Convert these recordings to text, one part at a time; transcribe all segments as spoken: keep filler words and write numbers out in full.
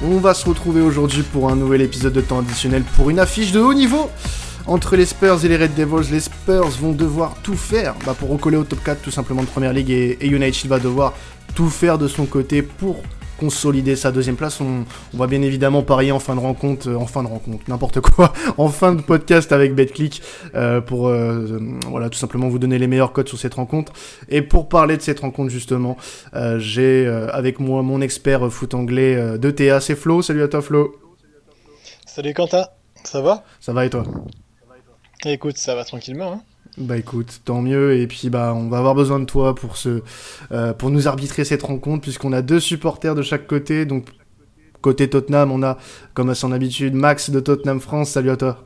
On va se retrouver aujourd'hui pour un nouvel épisode de temps additionnel pour une affiche de haut niveau. Entre les Spurs et les Red Devils, les Spurs vont devoir tout faire bah, pour recoller au top quatre tout simplement de Premier League et, et United va devoir tout faire de son côté pour consolider sa deuxième place. On, on va bien évidemment parier en fin de rencontre, euh, en fin de rencontre, n'importe quoi, en fin de podcast avec BetClick euh, pour euh, voilà tout simplement vous donner les meilleurs codes sur cette rencontre. Et pour parler de cette rencontre justement, euh, j'ai euh, avec moi mon expert foot anglais euh, de T A, c'est Flo. Salut à toi Flo. Salut Quentin, ça va ? Ça va et toi ? Écoute, ça va tranquillement. Hein. Bah écoute, tant mieux, et puis bah on va avoir besoin de toi pour ce, euh, pour nous arbitrer cette rencontre, puisqu'on a deux supporters de chaque côté. Donc côté Tottenham, on a, comme à son habitude, Max de Tottenham France. Salut à toi.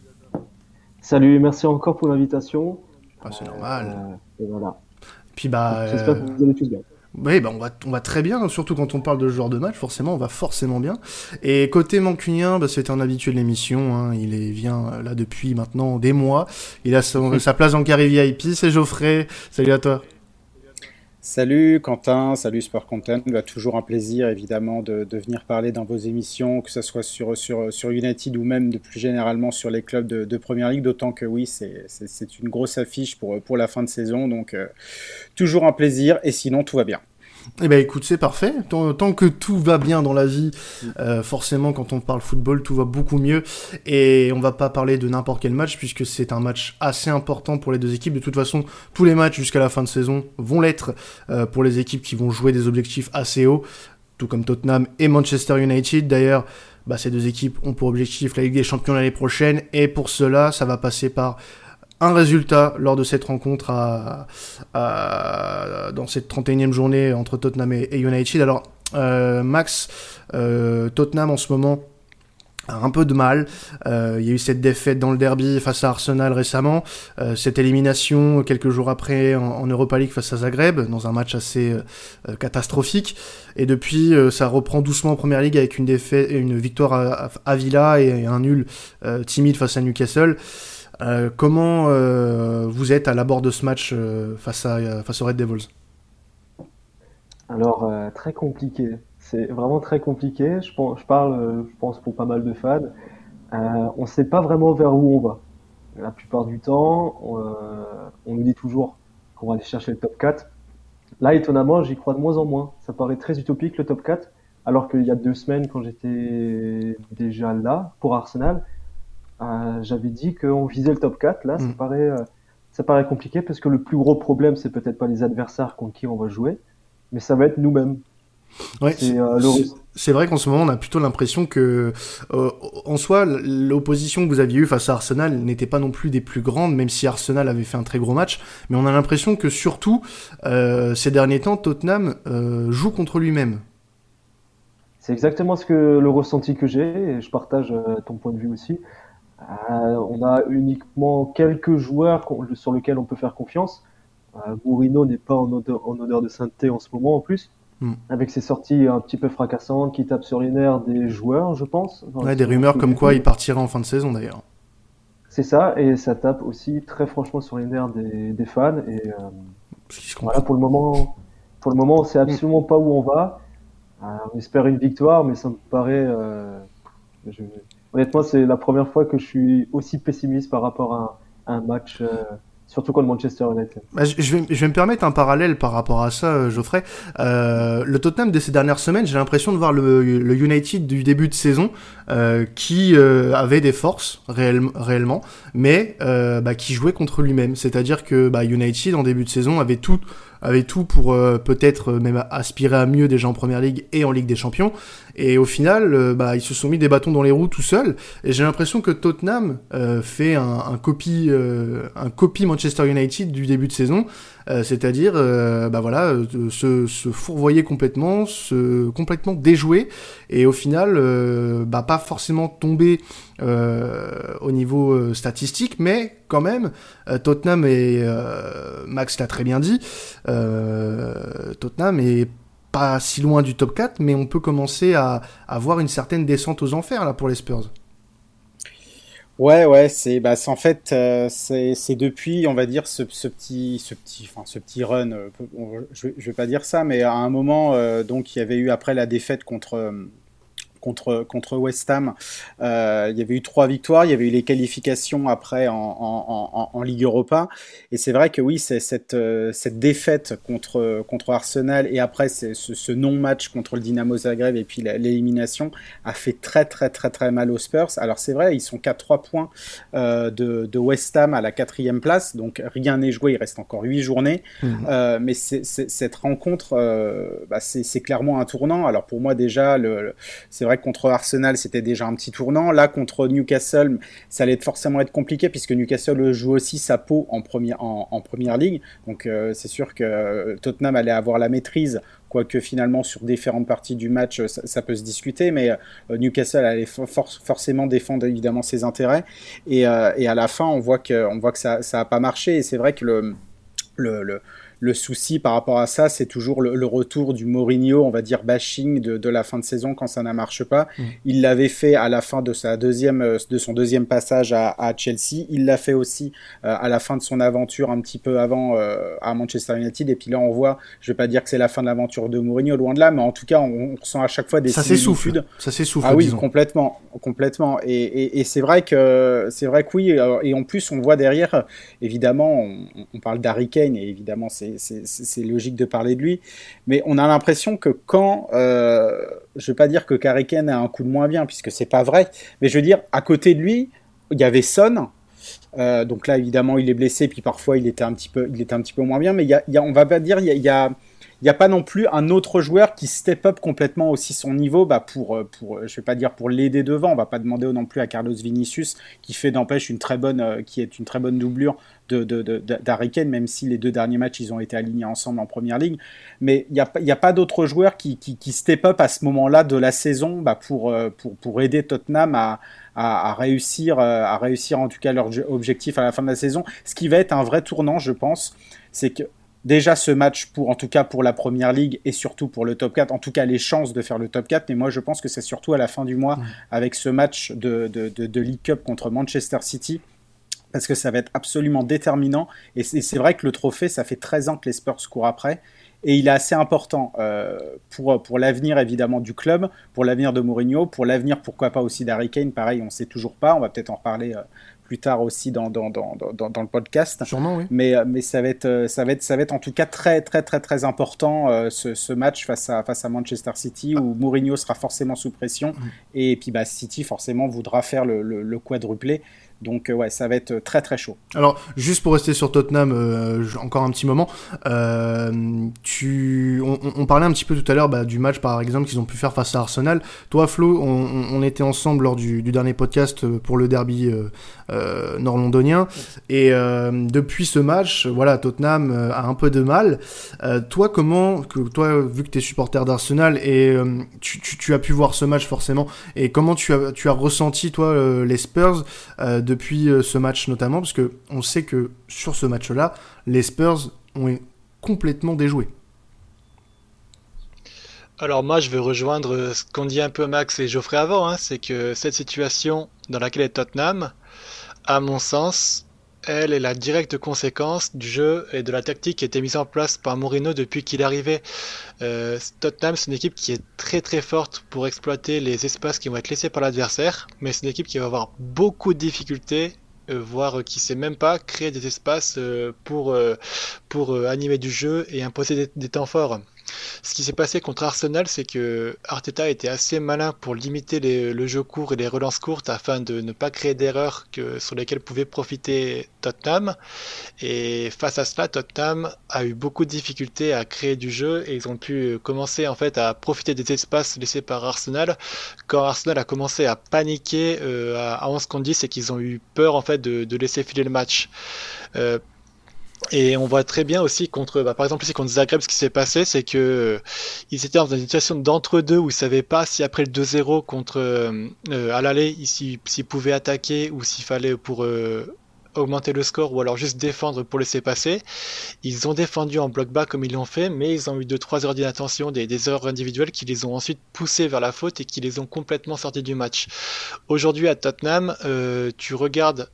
Salut, merci encore pour l'invitation. Ah, c'est normal. Euh, et voilà. Puis bah, J'espère euh... que vous allez tous bien. Oui, bah on va, on va très bien, surtout quand on parle de ce genre de match, forcément, on va forcément bien. Et côté mancunien, bah, c'était un habitué de l'émission, hein, il est, vient là depuis maintenant des mois, il a son, sa place en carré V I P, c'est Geoffrey, salut à toi. Salut Quentin, salut Sport Content, bah, toujours un plaisir évidemment de, de venir parler dans vos émissions, que ce soit sur, sur, sur United ou même de plus généralement sur les clubs de, de Premier League, d'autant que oui, c'est, c'est, c'est une grosse affiche pour, pour la fin de saison, donc euh, toujours un plaisir et sinon tout va bien. Eh ben écoute, c'est parfait. Tant, tant que tout va bien dans la vie, euh, forcément, quand on parle football, tout va beaucoup mieux. Et on va pas parler de n'importe quel match, puisque c'est un match assez important pour les deux équipes. De toute façon, tous les matchs jusqu'à la fin de saison vont l'être euh, pour les équipes qui vont jouer des objectifs assez hauts, tout comme Tottenham et Manchester United. D'ailleurs, bah, ces deux équipes ont pour objectif la Ligue des Champions l'année prochaine. Et pour cela, ça va passer par un résultat lors de cette rencontre à, à, dans cette trente et unième journée entre Tottenham et, et United. Alors, euh, Max, euh, Tottenham en ce moment a un peu de mal. Euh, il y a eu cette défaite dans le derby face à Arsenal récemment, euh, cette élimination quelques jours après en, en Europa League face à Zagreb, dans un match assez euh, catastrophique. Et depuis, euh, ça reprend doucement en Première Ligue avec une, défaite, une victoire à, à Villa et un nul euh, timide face à Newcastle. Euh, comment euh, vous êtes à l'abord de ce match euh, face, à, euh, face aux Red Devils ? Alors, euh, très compliqué. C'est vraiment très compliqué. Je, pense, je parle, euh, je pense, pour pas mal de fans. Euh, on ne sait pas vraiment vers où on va. La plupart du temps, on, euh, on nous dit toujours qu'on va aller chercher le top quatre. Là, étonnamment, j'y crois de moins en moins. Ça paraît très utopique, le top quatre. Alors qu'il y a deux semaines, quand j'étais déjà là, pour Arsenal, Euh, j'avais dit qu'on visait le top quatre. Là, mm. ça paraît, euh, ça paraît compliqué parce que le plus gros problème, c'est peut-être pas les adversaires contre qui on va jouer, mais ça va être nous-mêmes. Ouais, c'est, c'est, euh, c'est, c'est vrai qu'en ce moment, on a plutôt l'impression que, euh, en soi, l'opposition que vous aviez eue face à Arsenal n'était pas non plus des plus grandes, même si Arsenal avait fait un très gros match. Mais on a l'impression que surtout, euh, ces derniers temps, Tottenham euh, joue contre lui-même. C'est exactement ce que le ressenti que j'ai, et je partage euh, ton point de vue aussi. Euh, on a uniquement quelques joueurs sur lesquels on peut faire confiance. Euh, Mourinho n'est pas en odeur, en odeur de sainteté en ce moment en plus, mm. avec ses sorties un petit peu fracassantes qui tapent sur les nerfs des joueurs, je pense. Ouais, des rumeurs comme quoi il partirait en fin de saison d'ailleurs. C'est ça, et ça tape aussi très franchement sur les nerfs des, des fans. Et euh, voilà, pour le moment, pour le moment, on sait absolument mm. pas où on va. Euh, on espère une victoire, mais ça me paraît. Euh, je, Honnêtement, c'est la première fois que je suis aussi pessimiste par rapport à un, à un match, euh, surtout contre Manchester United. Bah, je, je, vais, je vais me permettre un parallèle par rapport à ça, Geoffrey. Euh, le Tottenham de ces dernières semaines, j'ai l'impression de voir le, le United du début de saison euh, qui euh, avait des forces réel, réellement, mais euh, bah, qui jouait contre lui-même. C'est-à-dire que bah, United, en début de saison, avait tout... avait tout pour euh, peut-être euh, même aspirer à mieux déjà en Première Ligue et en Ligue des Champions. Et au final, euh, bah, ils se sont mis des bâtons dans les roues tout seuls. Et j'ai l'impression que Tottenham euh, fait un, un, copie, euh, un copie Manchester United du début de saison. Euh, c'est-à-dire euh, bah voilà, euh, se, se fourvoyer complètement, se complètement déjouer, et au final, euh, bah pas forcément tomber euh, au niveau euh, statistique, mais quand même, euh, Tottenham et euh, Max l'a très bien dit, euh, Tottenham est pas si loin du top quatre, mais on peut commencer à, à voir une certaine descente aux enfers là pour les Spurs. Ouais, ouais, c'est, bah, c'est en fait, euh, c'est, c'est depuis, on va dire, ce, ce petit, ce petit, enfin, ce petit run. Euh, on, je, je vais pas dire ça, mais à un moment, euh, donc, il y avait eu après la défaite contre, euh, contre contre West Ham. Euh, il y avait eu trois victoires, il y avait eu les qualifications après en en, en, en Ligue Europa, et c'est vrai que oui, c'est cette euh, cette défaite contre contre Arsenal et après c'est ce, ce non-match contre le Dynamo Zagreb et puis la, l'élimination a fait très très très très mal aux Spurs. Alors c'est vrai, ils sont qu'à trois points euh, de de West Ham à la quatrième place, donc rien n'est joué, il reste encore huit journées, mmh. euh, mais c'est, c'est, cette rencontre, euh, bah c'est, c'est clairement un tournant. Alors pour moi déjà, le, le, c'est vrai que contre Arsenal c'était déjà un petit tournant. Là contre Newcastle, ça allait forcément être compliqué puisque Newcastle joue aussi sa peau en première en, en première ligue. Donc euh, c'est sûr que Tottenham allait avoir la maîtrise. Quoique finalement sur différentes parties du match ça, ça peut se discuter, mais euh, Newcastle allait for- forcément défendre évidemment ses intérêts, et, euh, et à la fin on voit que, on voit que ça n'a pas marché, et c'est vrai que le, le, le Le souci par rapport à ça, c'est toujours le, le retour du Mourinho, on va dire bashing de, de la fin de saison quand ça ne marche pas. Mmh. Il l'avait fait à la fin de sa deuxième, de son deuxième passage à, à Chelsea. Il l'a fait aussi euh, à la fin de son aventure un petit peu avant euh, à Manchester United. Et puis là, on voit, je vais pas dire que c'est la fin de l'aventure de Mourinho, loin de là, mais en tout cas, on, on ressent à chaque fois des ça s'essouffle. Ça s'essouffle. Ah oui, disons. complètement, complètement. Et, et, et c'est vrai que c'est vrai que oui. Et en plus, on voit derrière, évidemment, on, on parle d'Harry Kane, et évidemment, c'est C'est, c'est, c'est logique de parler de lui, mais on a l'impression que quand, euh, je ne veux pas dire que Harry Kane a un coup de moins bien, puisque c'est pas vrai, mais je veux dire, à côté de lui, il y avait Son, euh, donc là évidemment il est blessé, puis parfois il était un petit peu, il était un petit peu moins bien, mais il y a, il y a, on va pas dire, il y a, il y a il n'y a pas non plus un autre joueur qui step up complètement aussi son niveau, bah pour, pour, je vais pas dire pour l'aider devant, on va pas demander non plus à Carlos Vinicius, qui fait d'empêche une très bonne, qui est une très bonne doublure de, de, de, d'Harry Kane, même si les deux derniers matchs, ils ont été alignés ensemble en première ligue. Mais il n'y a, y a pas d'autres joueurs qui, qui, qui step up à ce moment-là de la saison, bah pour, pour, pour aider Tottenham à, à, à réussir, à réussir en tout cas leur objectif à la fin de la saison. Ce qui va être un vrai tournant, je pense, c'est que déjà ce match, pour, en tout cas pour la Première Ligue et surtout pour le top quatre, en tout cas les chances de faire le top quatre, mais moi je pense que c'est surtout à la fin du mois, mmh. avec ce match de, de, de, de League Cup contre Manchester City, parce que ça va être absolument déterminant, et c'est, c'est vrai que le trophée, ça fait treize ans que les Spurs courent après, et il est assez important euh, pour, pour l'avenir évidemment du club, pour l'avenir de Mourinho, pour l'avenir pourquoi pas aussi d'Harry Kane, pareil on ne sait toujours pas, on va peut-être en reparler euh, plus tard aussi dans, dans, dans, dans, dans le podcast. Sûrement, oui. Mais, mais ça, va être, ça, va être, ça va être en tout cas très très très très important euh, ce, ce match face à, face à Manchester City, où Mourinho sera forcément sous pression, mmh. et puis bah, City forcément voudra faire le, le, le quadruplé. Donc euh, ouais, ça va être très très chaud. Alors juste pour rester sur Tottenham, euh, encore un petit moment, euh, tu, on, on parlait un petit peu tout à l'heure bah, du match par exemple qu'ils ont pu faire face à Arsenal. Toi Flo, on, on était ensemble lors du, du dernier podcast pour le derby euh, euh, nord-londonien, et euh, depuis ce match, voilà, Tottenham euh, a un peu de mal. Euh, toi comment, que, toi vu que t'es supporter d'Arsenal et euh, tu, tu, tu as pu voir ce match forcément, et comment tu as, tu as ressenti toi euh, les Spurs euh, depuis euh, ce match notamment, parce que on sait que sur ce match-là, les Spurs ont complètement déjoué. Alors moi, je vais rejoindre ce qu'ont dit un peu Max et Geoffrey avant, hein, c'est que cette situation dans laquelle est Tottenham, à mon sens, elle est la directe conséquence du jeu et de la tactique qui a été mise en place par Mourinho depuis qu'il est arrivé. Euh, Tottenham, c'est une équipe qui est très très forte pour exploiter les espaces qui vont être laissés par l'adversaire, mais c'est une équipe qui va avoir beaucoup de difficultés, euh, voire euh, qui ne sait même pas créer des espaces euh, pour, euh, pour euh, animer du jeu et imposer des, des temps forts. Ce qui s'est passé contre Arsenal, c'est que Arteta était assez malin pour limiter les, le jeu court et les relances courtes afin de ne pas créer d'erreurs que, sur lesquelles pouvait profiter Tottenham. Et face à cela, Tottenham a eu beaucoup de difficultés à créer du jeu et ils ont pu commencer en fait à profiter des espaces laissés par Arsenal. Quand Arsenal a commencé à paniquer euh, à, à onze contre dix, c'est qu'ils ont eu peur en fait de, de laisser filer le match. Euh, Et on voit très bien aussi contre, bah, par exemple ici contre Zagreb, ce qui s'est passé, c'est que euh, ils étaient dans une situation d'entre-deux où ils savaient pas si après le deux zéro contre euh, euh, à l'aller, s'ils, s'ils pouvaient attaquer ou s'il fallait pour euh, augmenter le score ou alors juste défendre pour laisser passer. Ils ont défendu en bloc bas comme ils l'ont fait, mais ils ont eu deux trois erreurs d'inattention, des, des erreurs individuelles qui les ont ensuite poussés vers la faute et qui les ont complètement sortis du match. Aujourd'hui à Tottenham, euh, tu regardes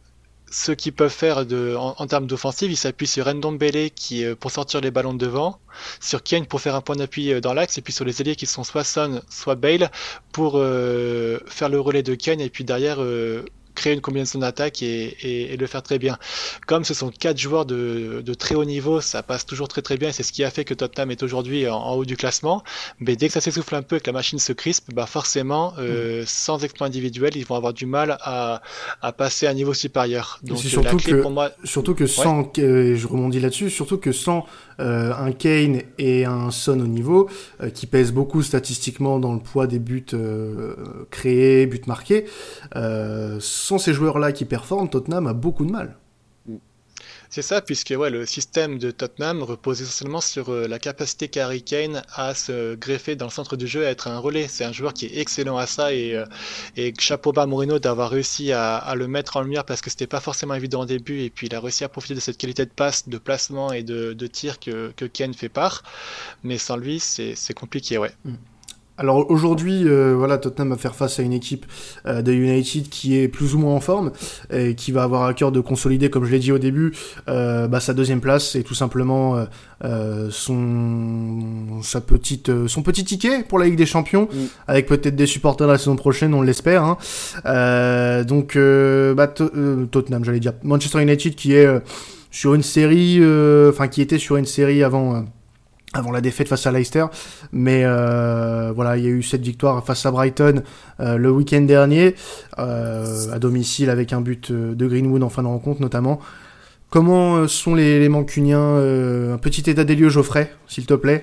ce qu'ils peuvent faire de, en, en termes d'offensive, ils s'appuient sur Ndombele qui euh, pour sortir les ballons de devant, sur Kane pour faire un point d'appui euh, dans l'axe, et puis sur les ailiers qui sont soit Son, soit Bale pour euh, faire le relais de Kane, et puis derrière euh, créer une combinaison d'attaque et, et, et le faire très bien. Comme ce sont quatre joueurs de, de très haut niveau, ça passe toujours très très bien, et c'est ce qui a fait que Tottenham est aujourd'hui en, en haut du classement. Mais dès que ça s'essouffle un peu et que la machine se crispe, bah forcément, euh, mmh. sans exploit individuel, ils vont avoir du mal à, à passer à un niveau supérieur. Donc c'est la clé que, pour moi... Surtout que sans, ouais. euh, je rebondis là-dessus, surtout que sans euh, un Kane et un Son au niveau, euh, qui pèsent beaucoup statistiquement dans le poids des buts euh, créés, buts marqués, euh, sans ces joueurs-là qui performent, Tottenham a beaucoup de mal. C'est ça, puisque ouais, le système de Tottenham repose essentiellement sur euh, la capacité qu'a Harry Kane à se greffer dans le centre du jeu et à être un relais. C'est un joueur qui est excellent à ça, et, euh, et chapeau bas à Mourinho d'avoir réussi à, à le mettre en lumière, parce que c'était pas forcément évident au début, et puis il a réussi à profiter de cette qualité de passe, de placement et de, de tir que, que Kane fait part. Mais sans lui, c'est, c'est compliqué, ouais. Mm. Alors aujourd'hui, euh, voilà, Tottenham va faire face à une équipe euh, de United qui est plus ou moins en forme et qui va avoir à cœur de consolider, comme je l'ai dit au début, euh, bah, sa deuxième place et tout simplement euh, euh, son sa petite euh, son petit ticket pour la Ligue des Champions, mmh. avec peut-être des supporters la saison prochaine, on l'espère. Hein. Euh, donc euh, bah, to- euh, Tottenham, j'allais dire Manchester United qui est euh, sur une série, enfin qui était sur une série avant. Euh, avant la défaite face à Leicester, mais euh, voilà, il y a eu cette victoire face à Brighton euh, le week-end dernier, euh, à domicile avec un but de Greenwood en fin de rencontre notamment. Comment sont les, les Mancuniens euh, un petit état des lieux, Geoffrey, s'il te plaît?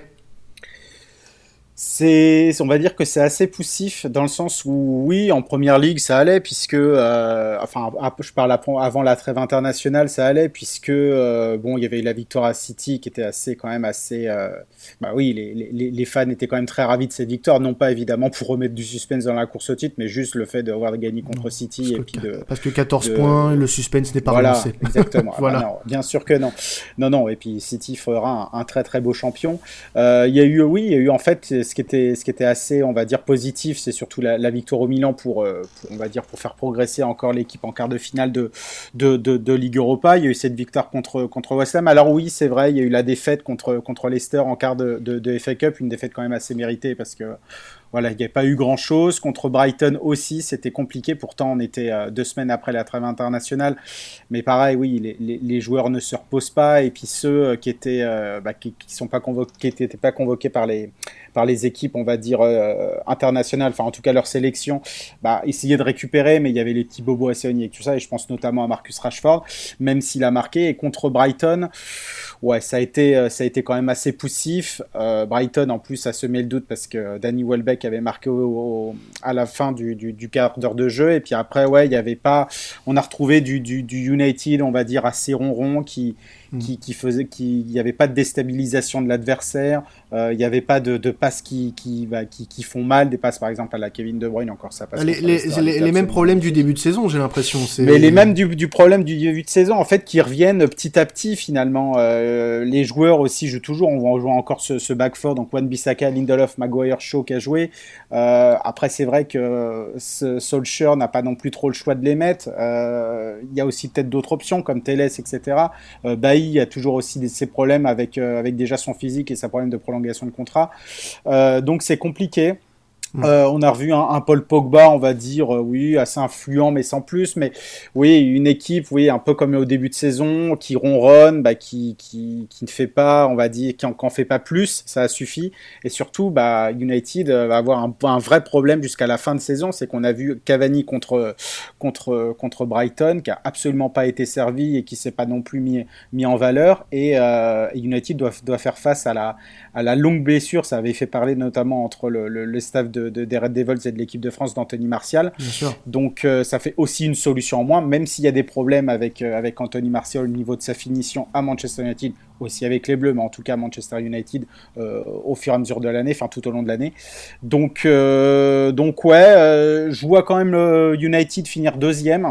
C'est, on va dire que c'est assez poussif dans le sens où oui, en première ligue ça allait puisque, euh, enfin, je parle avant la trêve internationale, ça allait puisque euh, bon, il y avait la victoire à City qui était assez quand même assez, euh, bah oui, les, les, les fans étaient quand même très ravis de cette victoire, non pas évidemment pour remettre du suspense dans la course au titre, mais juste le fait d'avoir gagné contre non, City et puis de parce que quatorze de, points, le suspense n'est pas voilà, relancé. Exactement. Voilà, ah, non, bien sûr que non, non, non, et puis City fera un, un très très beau champion. Euh, il y a eu, oui, il y a eu en fait. Ce qui était, ce qui était assez, on va dire, positif, c'est surtout la, la victoire au Milan pour, euh, pour, on va dire, pour faire progresser encore l'équipe en quart de finale de, de, de, de Ligue Europa. Il y a eu cette victoire contre, contre West Ham. Alors oui, c'est vrai, il y a eu la défaite contre, contre Leicester en quart de, de, de F A Cup, une défaite quand même assez méritée parce que voilà, il n'y a pas eu grand-chose. Contre Brighton aussi, c'était compliqué. Pourtant, on était euh, deux semaines après la trêve internationale. Mais pareil, oui, les, les, les joueurs ne se reposent pas. Et puis ceux qui étaient, euh, bah, qui, qui sont pas convoqués, qui étaient pas convoqués par les, par les équipes, on va dire euh, internationales, enfin en tout cas leur sélection, bah, essayaient de récupérer. Mais il y avait les petits bobos assez et tout ça. Et je pense notamment à Marcus Rashford, même s'il a marqué. Et contre Brighton, ouais, ça a été, ça a été quand même assez poussif. Euh, Brighton, en plus, ça semait le doute parce que Danny Welbeck avait marqué au, au, à la fin du, du, du quart d'heure de jeu, et puis après, ouais, il y avait pas, on a retrouvé du, du, du United, on va dire, assez ronron, qui, mmh. qui, qui faisait, qui, il n'y avait pas de déstabilisation de l'adversaire, euh, il n'y avait pas de, de passes qui, qui, bah, qui, qui font mal, des passes par exemple à la Kevin De Bruyne, encore ça passe. Les, les, les, les mêmes problèmes du début de saison, j'ai l'impression. C'est... Mais les mêmes du, du problème du début de saison, en fait, qui reviennent petit à petit finalement. Euh, les joueurs aussi jouent toujours, on va jouer encore ce, ce back four, donc Wan-Bissaka, Lindelof, Maguire, Shaw qui a joué. Euh, après, c'est vrai que ce Solskjaer n'a pas non plus trop le choix de les mettre. Euh, il y a aussi peut-être d'autres options comme Telles, et cetera. Euh, Bailly a toujours aussi des, ses problèmes avec, euh, avec déjà son physique et sa problème de prolongation de contrat. Euh, donc c'est compliqué. Euh, on a revu un, un Paul Pogba, on va dire, euh, oui, assez influent, mais sans plus. Mais oui, une équipe, oui, un peu comme au début de saison, qui ronronne, bah, qui, qui, qui ne fait pas, on va dire, qui en, qui en fait pas plus, ça suffit. Et surtout, bah, United va avoir un, un vrai problème jusqu'à la fin de saison, c'est qu'on a vu Cavani contre, contre, contre Brighton, qui a absolument pas été servi et qui s'est pas non plus mis, mis en valeur. Et euh, United doit, doit faire face à la, à la longue blessure. Ça avait fait parler notamment entre le, le, le staff de De, des Red Devils et de l'équipe de France d'Anthony Martial. Donc euh, ça fait aussi une solution en moins, même s'il y a des problèmes avec, euh, avec Anthony Martial au niveau de sa finition à Manchester United, aussi avec les Bleus, mais en tout cas Manchester United euh, au fur et à mesure de l'année, enfin tout au long de l'année. Donc, euh, donc ouais, euh, je vois quand même le United finir deuxième.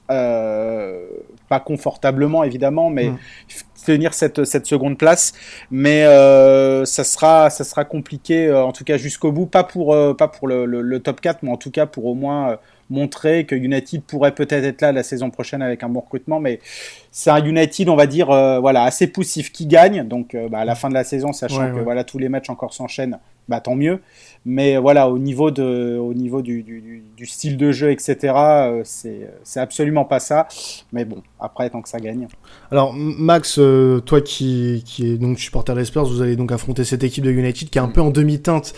Euh, pas confortablement évidemment, mais mmh. tenir cette, cette seconde place, mais euh, ça sera, ça sera compliqué euh, en tout cas jusqu'au bout, pas pour, euh, pas pour le, le, le top quatre, mais en tout cas pour au moins, euh, montrer que United pourrait peut-être être là la saison prochaine avec un bon recrutement, mais c'est un United, on va dire, euh, voilà, assez poussif qui gagne. Donc, euh, bah, à la fin de la saison, sachant ouais, que ouais. Voilà, tous les matchs encore s'enchaînent, bah, tant mieux. Mais voilà, au niveau, de, au niveau du, du, du style de jeu, et cetera, euh, c'est, c'est absolument pas ça. Mais bon, après, tant que ça gagne. Alors, Max, euh, toi qui, qui est donc supporter des Spurs, vous allez donc affronter cette équipe de United qui est un mmh. peu en demi-teinte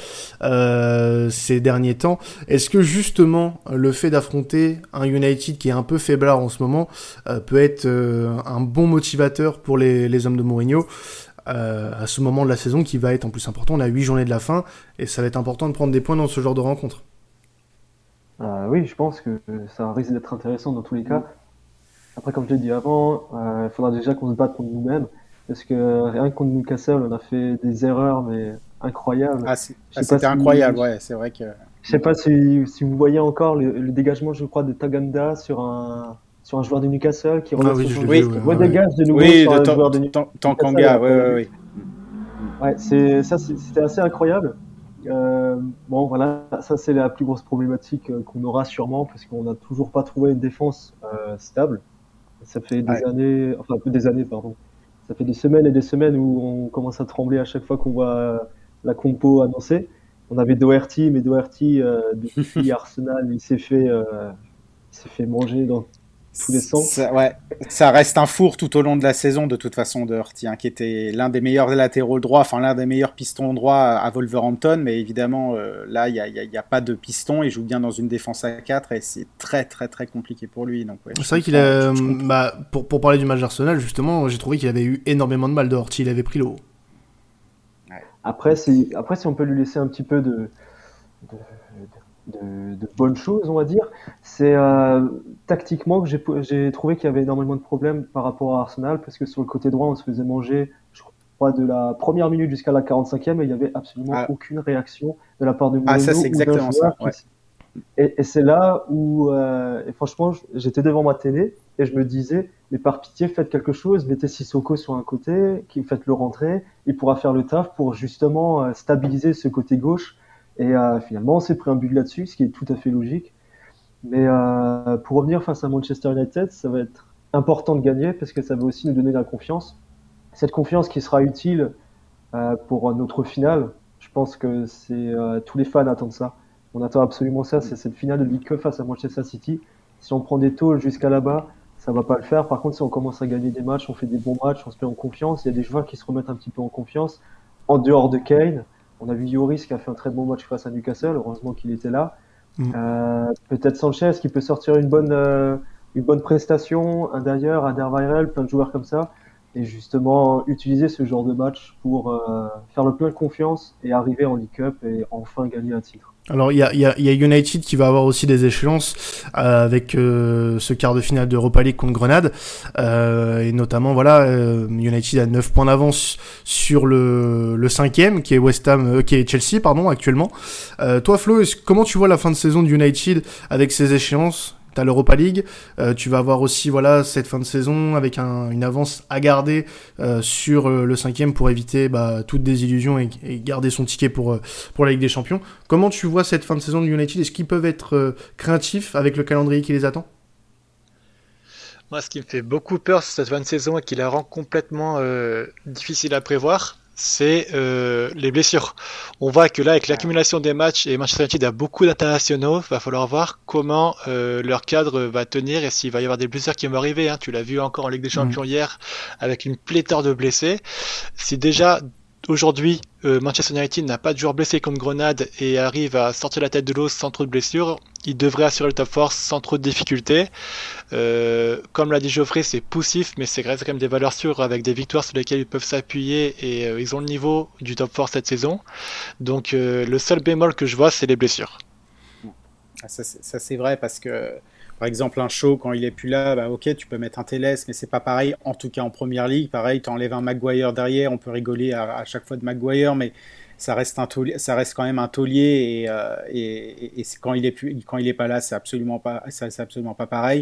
euh, ces derniers temps. Est-ce que justement, le fait d'affronter un United qui est un peu faiblard en ce moment euh, peut être euh, un bon motivateur pour les, les hommes de Mourinho euh, à ce moment de la saison qui va être en plus important? On a huit journées de la fin et ça va être important de prendre des points dans ce genre de rencontre. Euh, oui, je pense que ça risque d'être intéressant dans tous les cas. Après, comme je l'ai dit avant, il euh, faudra déjà qu'on se batte contre nous-mêmes. Parce que rien que contre Newcastle, on a fait des erreurs, mais incroyables. Ah, c'est, ah, c'était si, incroyable, ouais, c'est vrai que... Je sais pas si, si vous voyez encore le, le dégagement, je crois, de Taganda sur un, sur un joueur de Newcastle qui ah, oui, je oui, ouais, ouais, dégage de nouveau oui, sur de un t- joueur de t- Newcastle. Tanganga, oui, oui, oui. Ouais, c'est, ça, c'est, c'était assez incroyable. Euh, bon, voilà, ça c'est la plus grosse problématique qu'on aura sûrement, parce qu'on n'a toujours pas trouvé une défense euh, stable. Ça fait des ouais. années, enfin des années, pardon. Ça fait des semaines et des semaines où on commence à trembler à chaque fois qu'on voit la compo annoncée. On avait Doherty, mais Doherty, euh, depuis Arsenal, il s'est fait, euh, il s'est fait manger dans tous les sens. Ça, ouais, ça reste un four tout au long de la saison, de toute façon, Doherty, hein, qui était l'un des meilleurs latéraux droits, enfin l'un des meilleurs pistons droits à Wolverhampton, mais évidemment, euh, là, il n'y a, y a, y a pas de piston, il joue bien dans une défense à quatre, et c'est très, très, très compliqué pour lui. Donc, ouais, c'est vrai qu'il a, bah, pour, pour parler du match d'Arsenal, justement, j'ai trouvé qu'il avait eu énormément de mal, Doherty, il avait pris le haut. Ouais. Après, si, après, si on peut lui laisser un petit peu de... de... De, de bonnes choses, on va dire. C'est euh, tactiquement que j'ai, j'ai trouvé qu'il y avait énormément de problèmes par rapport à Arsenal, parce que sur le côté droit, on se faisait manger, je crois, de la première minute jusqu'à la quarante-cinquième, et il n'y avait absolument ah. aucune réaction de la part de Mourinho. Ah, ça, c'est exactement ça. Ouais. Et, et c'est là où, euh, et franchement, j'étais devant ma télé et je me disais, mais par pitié, faites quelque chose, mettez Sissoko sur un côté, faites-le rentrer, il pourra faire le taf pour justement euh, stabiliser ce côté gauche. Et euh, finalement, on s'est pris un but là-dessus, ce qui est tout à fait logique. Mais euh, pour revenir face à Manchester United, ça va être important de gagner parce que ça va aussi nous donner de la confiance. Cette confiance qui sera utile euh, pour notre finale. Je pense que c'est euh, tous les fans attendent ça. On attend absolument ça. C'est cette finale de League Cup face à Manchester City. Si on prend des tôles jusqu'à là-bas, ça va pas le faire. Par contre, si on commence à gagner des matchs, on fait des bons matchs, on se met en confiance. Il y a des joueurs qui se remettent un petit peu en confiance en dehors de Kane. On a vu Lloris qui a fait un très bon match face à Newcastle, heureusement qu'il était là. Mmh. Euh, peut-être Sanchez qui peut sortir une bonne, euh, une bonne prestation, un Dyer, un Derweireld, plein de joueurs comme ça. Et justement, utiliser ce genre de match pour euh, faire le plein de confiance et arriver en League Cup et enfin gagner un titre. Alors il y a, y, a, y a United qui va avoir aussi des échéances euh, avec euh, ce quart de finale d'Europa League contre Grenade euh, et notamment voilà euh, United a neuf points d'avance sur le, le cinquième qui est West Ham, euh, qui est Chelsea pardon actuellement. Euh, toi Flo, comment tu vois la fin de saison de United avec ces échéances? T'as l'Europa League, euh, tu vas avoir aussi voilà cette fin de saison avec un, une avance à garder euh, sur euh, le cinquième pour éviter bah, toute désillusion et, et garder son ticket pour euh, pour la Ligue des Champions. Comment tu vois cette fin de saison de United? Est-ce qu'ils peuvent être euh, craintifs avec le calendrier qui les attend? Moi, ce qui me fait beaucoup peur sur cette fin de saison et qui la rend complètement euh, difficile à prévoir, c'est euh, les blessures. On voit que là, avec l'accumulation des matchs, et Manchester United a beaucoup d'internationaux, va falloir voir comment euh, leur cadre va tenir et s'il va y avoir des blessures qui vont arriver. Hein. Tu l'as vu encore en Ligue des Champions mmh. hier, avec une pléthore de blessés. Si déjà, aujourd'hui, euh, Manchester United n'a pas de joueur blessé contre Grenade et arrive à sortir la tête de l'eau sans trop de blessures, il devrait assurer le top four sans trop de difficultés. Euh, comme l'a dit Geoffrey, c'est poussif, mais c'est quand même des valeurs sûres avec des victoires sur lesquelles ils peuvent s'appuyer et euh, ils ont le niveau du top four cette saison. Donc euh, le seul bémol que je vois, c'est les blessures. Ça c'est, ça, c'est vrai parce que par exemple, un Shaw, quand il est plus là, bah, ok, tu peux mettre un Telles, mais c'est pas pareil. En tout cas, en première ligue, pareil, tu enlèves un Maguire derrière, on peut rigoler à, à chaque fois de Maguire, mais ça reste, un taulier, ça reste quand même un taulier et, euh, et, et, et c'est, quand il est plus, quand il est pas là, c'est absolument pas, c'est, c'est absolument pas pareil.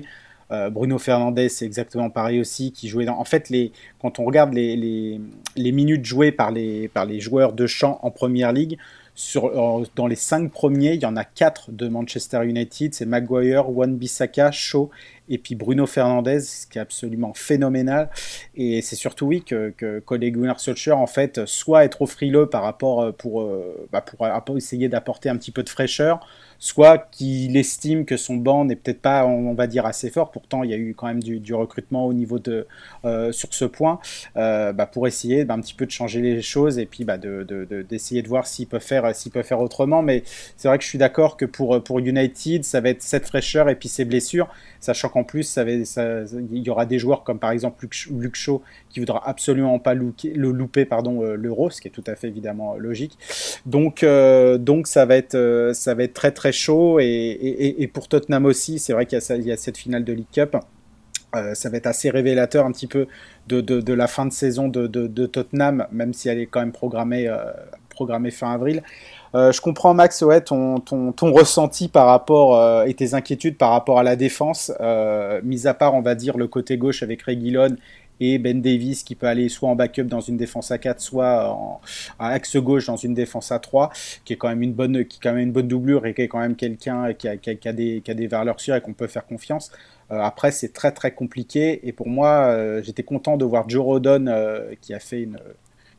Euh, Bruno Fernandes, c'est exactement pareil aussi, qui jouait dans... En fait, les... quand on regarde les, les, les minutes jouées par les, par les joueurs de champ en Première Ligue, sur, dans les cinq premiers, il y en a quatre de Manchester United. C'est Maguire, Wan-Bissaka, Shaw et puis Bruno Fernandes, ce qui est absolument phénoménal. Et c'est surtout, oui, que, que Ole Gunnar Solskjaer, en fait, soit est trop frileux par rapport pour, bah, pour essayer d'apporter un petit peu de fraîcheur, soit qu'il estime que son banc n'est peut-être pas, on va dire, assez fort. Pourtant, il y a eu quand même du, du recrutement au niveau de, euh, sur ce point, euh, bah, pour essayer bah, un petit peu de changer les choses et puis bah, de, de, de, d'essayer de voir s'il peut faire, s'il peut faire autrement. Mais c'est vrai que je suis d'accord que pour, pour United, ça va être cette fraîcheur et puis ces blessures, sachant qu'en plus, ça va, ça, il y aura des joueurs comme par exemple Luke Shaw qui voudra absolument pas louper, le louper pardon, euh, l'Euro, ce qui est tout à fait évidemment logique. Donc, euh, donc ça va être, euh, ça va être très très chaud et, et, et pour Tottenham aussi, c'est vrai qu'il y a, il y a cette finale de League Cup. Euh, ça va être assez révélateur un petit peu de, de, de la fin de saison de, de, de Tottenham, même si elle est quand même programmée, euh, programmée fin avril. Euh, je comprends, Max, ouais, ton, ton, ton ressenti par rapport euh, et tes inquiétudes par rapport à la défense, euh, mis à part, on va dire, le côté gauche avec Reguilon et Ben Davies qui peut aller soit en backup dans une défense à quatre, soit en, à axe gauche dans une défense à trois, qui est quand même une bonne, qui est quand même une bonne doublure et qui est quand même quelqu'un qui a, qui a, qui a des, qui a des valeurs sûres et qu'on peut faire confiance. Euh, après, c'est très très compliqué et pour moi, euh, j'étais content de voir Joe Rodon euh, qui a fait une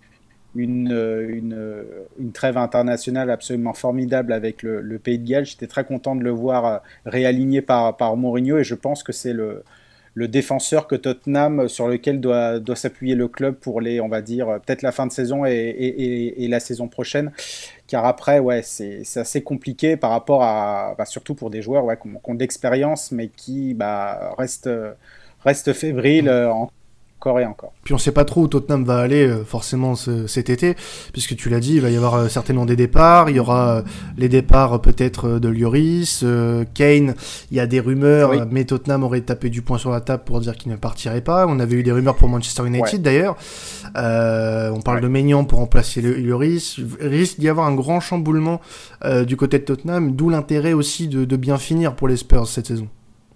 Une, une, une trêve internationale absolument formidable avec le, le Pays de Galles. J'étais très content de le voir réaligné par, par Mourinho et je pense que c'est le, le défenseur que Tottenham, sur lequel doit, doit s'appuyer le club pour les, on va dire, peut-être la fin de saison et, et, et, et la saison prochaine. Car après, ouais, c'est, c'est assez compliqué par rapport à, bah, surtout pour des joueurs ouais, qui ont de l'expérience mais qui bah, restent, restent fébriles en encore et encore. Puis on sait pas trop où Tottenham va aller euh, forcément ce, cet été, puisque tu l'as dit, il va y avoir euh, certainement des départs, il y aura euh, les départs euh, peut-être euh, de Lloris, euh, Kane, il y a des rumeurs, oui. euh, mais Tottenham aurait tapé du poing sur la table pour dire qu'il ne partirait pas. On avait eu des rumeurs pour Manchester United ouais. d'ailleurs. Euh, on parle ouais. de Maignan pour remplacer le, Lloris. Il risque d'y avoir un grand chamboulement euh, du côté de Tottenham, d'où l'intérêt aussi de, de bien finir pour les Spurs cette saison.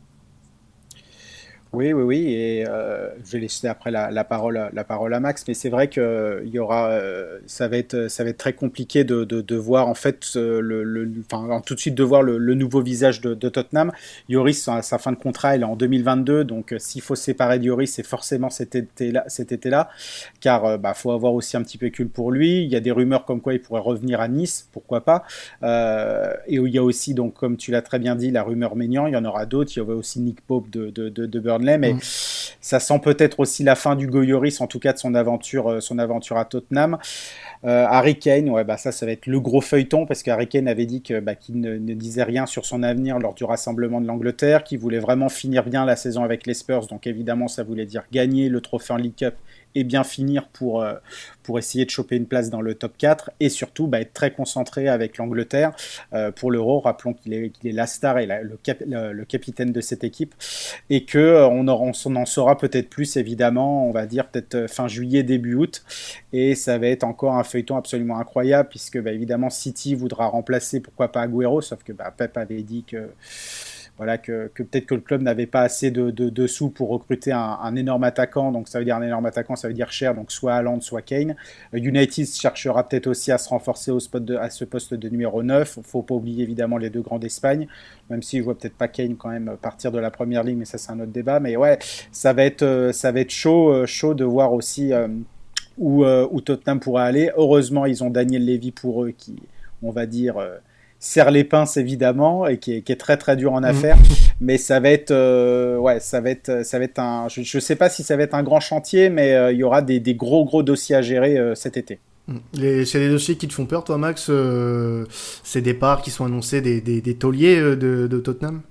Oui, oui, oui, et euh, je vais laisser après la, la parole, la parole à Max, mais c'est vrai que il y aura, euh, ça va être, ça va être très compliqué de, de, de voir en fait le, le, enfin tout de suite de voir le, le nouveau visage de, de Tottenham. Lloris, sa, sa fin de contrat, elle est en deux mille vingt-deux, donc euh, s'il faut se séparer de Lloris, c'est forcément cet été-là, cet été-là, car euh, bah faut avoir aussi un petit pécule pour lui. Il y a des rumeurs comme quoi il pourrait revenir à Nice, pourquoi pas. Euh, et il y a aussi donc, comme tu l'as très bien dit, la rumeur Maignan. Il y en aura d'autres. Il y aura aussi Nick Pope de, de, de, de Burnley. Mais mmh. ça sent peut-être aussi la fin d'Hugo Lloris, en tout cas de son aventure, son aventure à Tottenham. Euh, Harry Kane, ouais, bah ça, ça va être le gros feuilleton parce qu'Harry Kane avait dit que, bah, qu'il ne, ne disait rien sur son avenir lors du rassemblement de l'Angleterre, qu'il voulait vraiment finir bien la saison avec les Spurs. Donc évidemment, ça voulait dire gagner le trophée en League Cup et bien finir pour, euh, pour essayer de choper une place dans le top quatre et surtout bah, être très concentré avec l'Angleterre euh, pour l'Euro. Rappelons qu'il est, qu'il est la star et la, le, cap, le, le capitaine de cette équipe et qu'on euh, on en saura peut-être plus évidemment, on va dire peut-être fin juillet, début août et ça va être encore un feuilleton absolument incroyable puisque bah, évidemment City voudra remplacer pourquoi pas Agüero, sauf que bah, Pep avait dit que Voilà, que, que peut-être que le club n'avait pas assez de, de, de sous pour recruter un, un énorme attaquant, donc ça veut dire un énorme attaquant, ça veut dire cher, donc soit Haaland, soit Kane. United cherchera peut-être aussi à se renforcer au spot de, à ce poste de numéro neuf. Il ne faut pas oublier évidemment les deux grands d'Espagne, même si je vois peut-être pas Kane quand même partir de la première ligue, mais ça c'est un autre débat. Mais ouais, ça va être, ça va être chaud, chaud de voir aussi euh, où, euh, où Tottenham pourra aller. Heureusement, ils ont Daniel Levy pour eux qui, on va dire... Euh, serre les pinces évidemment et qui est, qui est très très dur en affaires, mmh. mais ça va être euh, ouais ça va être ça va être un je, je sais pas si ça va être un grand chantier, mais euh, il y aura des, des gros gros dossiers à gérer euh, cet été. Les, c'est des dossiers qui te font peur toi Max, euh, ces départs qui sont annoncés des, des, des tauliers de, de Tottenham?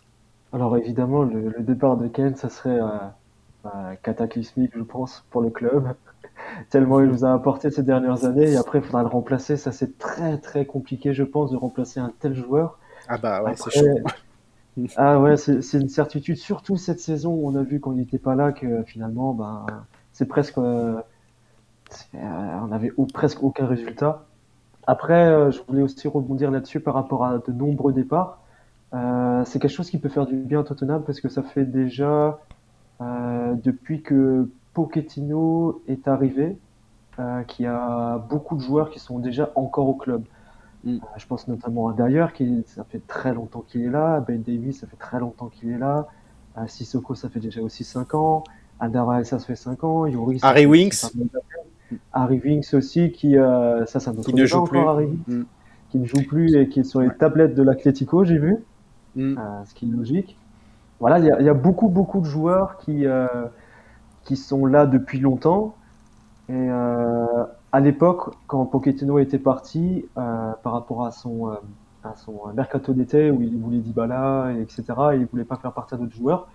Alors évidemment le, le départ de Kane ça serait euh, euh, cataclysmique je pense pour le club. Tellement il nous a apporté ces dernières années et après il faudra le remplacer, ça c'est très très compliqué je pense de remplacer un tel joueur. Ah bah ouais après, c'est chaud. Ah ouais c'est, c'est une certitude, surtout cette saison où on a vu qu'on n'était pas là que finalement ben, c'est presque euh, c'est, euh, on n'avait au, presque aucun résultat. Après euh, je voulais aussi rebondir là-dessus par rapport à de nombreux départs. Euh, c'est quelque chose qui peut faire du bien à Tottenham parce que ça fait déjà euh, depuis que Pochettino est arrivé, euh, qu'il y a beaucoup de joueurs qui sont déjà encore au club. Mm. Euh, je pense notamment à Dyer, qui ça fait très longtemps qu'il est là. Ben Davies, ça fait très longtemps qu'il est là. Euh, Sissoko, ça fait déjà aussi cinq ans. Alderweireld, ça fait cinq ans. Yoris, ça Harry fait aussi Winks. pas mal d'années. Harry Winks aussi, qui euh, ça, ça ne Qui ne joue plus. encore Harry Winks, Mm. qui ne joue plus et qui est sur les Ouais. tablettes de l'Atlético, j'ai vu. Mm. Euh, ce qui est logique. Voilà, il y a, il y a beaucoup, beaucoup de joueurs qui, euh, qui sont là depuis longtemps. Et euh, à l'époque, quand Pochettino était parti, euh, par rapport à son, euh, à son mercato d'été, où il voulait Dybala, et etc., et il voulait pas faire partir d'autres joueurs,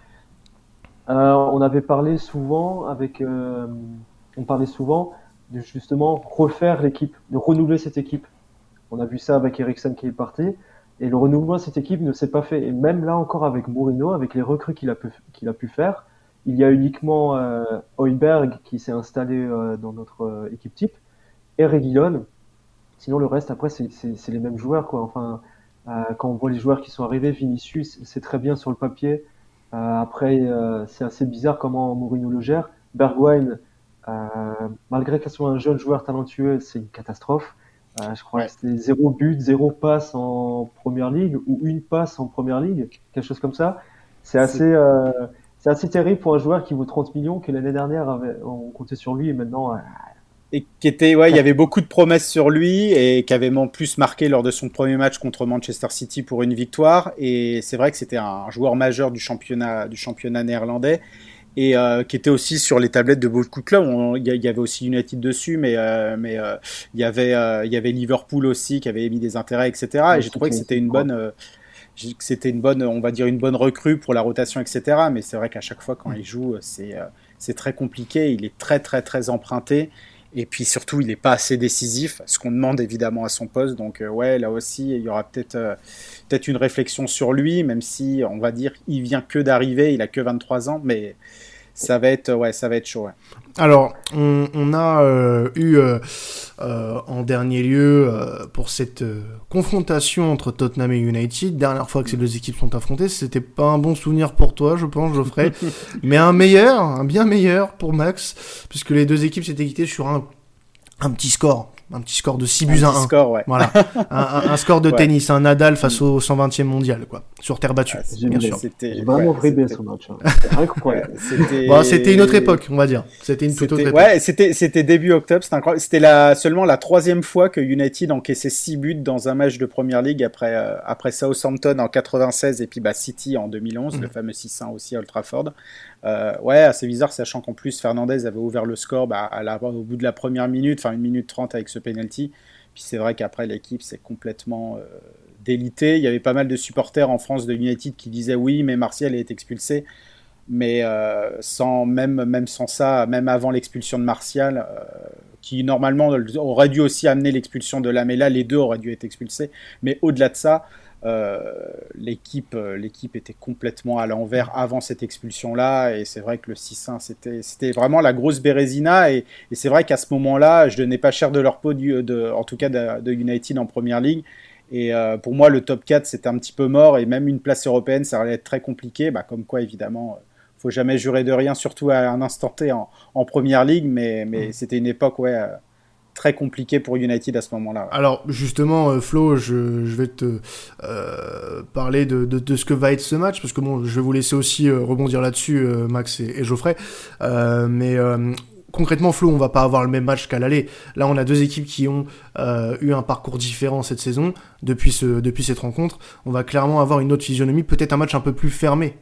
euh, on avait parlé souvent avec, euh, on parlait souvent de justement refaire l'équipe, de renouveler cette équipe. On a vu ça avec Eriksen qui est parti. Et le renouvellement de cette équipe ne s'est pas fait. Et même là encore avec Mourinho, avec les recrues qu'il a pu, qu'il a pu faire, il y a uniquement euh, Højbjerg qui s'est installé euh, dans notre euh, équipe type et Reguilon. Sinon le reste après c'est, c'est, c'est les mêmes joueurs quoi. Enfin euh, quand on voit les joueurs qui sont arrivés, Vinicius c'est très bien sur le papier. Euh, après euh, c'est assez bizarre comment Mourinho le gère. Bergwijn, euh, malgré qu'il soit un jeune joueur talentueux, c'est une catastrophe. Euh, je crois Ouais. que c'était zéro but, zéro passe en première ligue ou une passe en première ligue, quelque chose comme ça. C'est assez, euh, c'est assez terrible pour un joueur qui vaut trente millions que l'année dernière avait, on comptait sur lui et maintenant. Euh, Et qui était, ouais, il y avait beaucoup de promesses sur lui et qui avait en plus marqué lors de son premier match contre Manchester City pour une victoire. Et c'est vrai que c'était un joueur majeur du championnat, du championnat néerlandais et euh, qui était aussi sur les tablettes de beaucoup de clubs. On, il y avait aussi United dessus, mais euh, mais euh, il y avait euh, il y avait Liverpool aussi qui avait émis des intérêts, et cetera. Et Ouais, j'ai trouvé que c'était- c'était une bonne euh, j'ai- que c'était une bonne, on va dire une bonne recrue pour la rotation, et cetera. Mais c'est vrai qu'à chaque fois quand il joue, c'est euh, c'est très compliqué. Il est très très très emprunté. Et puis surtout, il n'est pas assez décisif, ce qu'on demande évidemment à son poste. Donc euh, ouais, là aussi, il y aura peut-être euh, peut-être une réflexion sur lui, même si on va dire il vient que d'arriver, il a que vingt-trois ans, mais ça va être ouais, ça va être chaud. Ouais. Alors, on, on a euh, eu euh, euh, en dernier lieu euh, pour cette euh, confrontation entre Tottenham et United, dernière fois que ces deux équipes sont affrontées, c'était pas un bon souvenir pour toi, je pense, Geoffrey, mais un meilleur, un bien meilleur pour Max, puisque les deux équipes s'étaient quittées sur un, un petit score, un petit score de six buts à Un petit un. score, ouais. Voilà, un, un, un score de Ouais. tennis, un Nadal face au cent vingtième mondial, quoi, sur terre battue, Ah, J'ai bien vu. sûr. C'était J'ai vraiment ouais, vribé c'était- ce match. Hein. C'est incroyable. ouais, c'était Bon, c'était une autre époque, on va dire. C'était une toute autre C'était- époque. Ouais, c'était c'était début octobre, c'était incroyable. C'était la seulement la troisième fois que United encaissait six buts dans un match de Première Ligue après euh, après Southampton en quatre-vingt-seize et puis bah City en deux mille onze, Mm. le fameux six un aussi à Old Trafford. Euh, ouais, assez bizarre, sachant qu'en plus Fernandez avait ouvert le score bah, à la, au bout de la première minute, enfin une minute trente avec ce penalty. Puis c'est vrai qu'après l'équipe s'est complètement euh, délitée. Il y avait pas mal de supporters en France de United qui disaient oui, mais Martial est expulsé. Mais euh, sans même même sans ça, même avant l'expulsion de Martial, euh, qui normalement aurait dû aussi amener l'expulsion de Lamela, les deux auraient dû être expulsés. Mais au-delà de ça, euh, l'équipe euh, l'équipe était complètement à l'envers avant cette expulsion-là. Et c'est vrai que le six un, c'était c'était vraiment la grosse Bérésina. Et, et c'est vrai qu'à ce moment-là, je donnais pas cher de leur peau, du, de, en tout cas de, de United en Première Ligue. Et euh, pour moi, le top quatre, c'était un petit peu mort. Et même une place européenne, ça allait être très compliqué. Bah, comme quoi, évidemment, faut jamais jurer de rien, surtout à un instant T en, en Première Ligue. Mais, mais Mm. c'était une époque ouais, euh, très compliquée pour United à ce moment-là. Ouais. Alors justement, euh, Flo, je, je vais te euh, parler de, de, de ce que va être ce match, parce que bon, je vais vous laisser aussi euh, rebondir là-dessus, euh, Max et, et Geoffrey. Euh, mais euh, concrètement, Flo, on va pas avoir le même match qu'à l'aller. Là, on a deux équipes qui ont euh, eu un parcours différent cette saison depuis ce depuis cette rencontre. On va clairement avoir une autre physionomie, peut-être un match un peu plus fermé.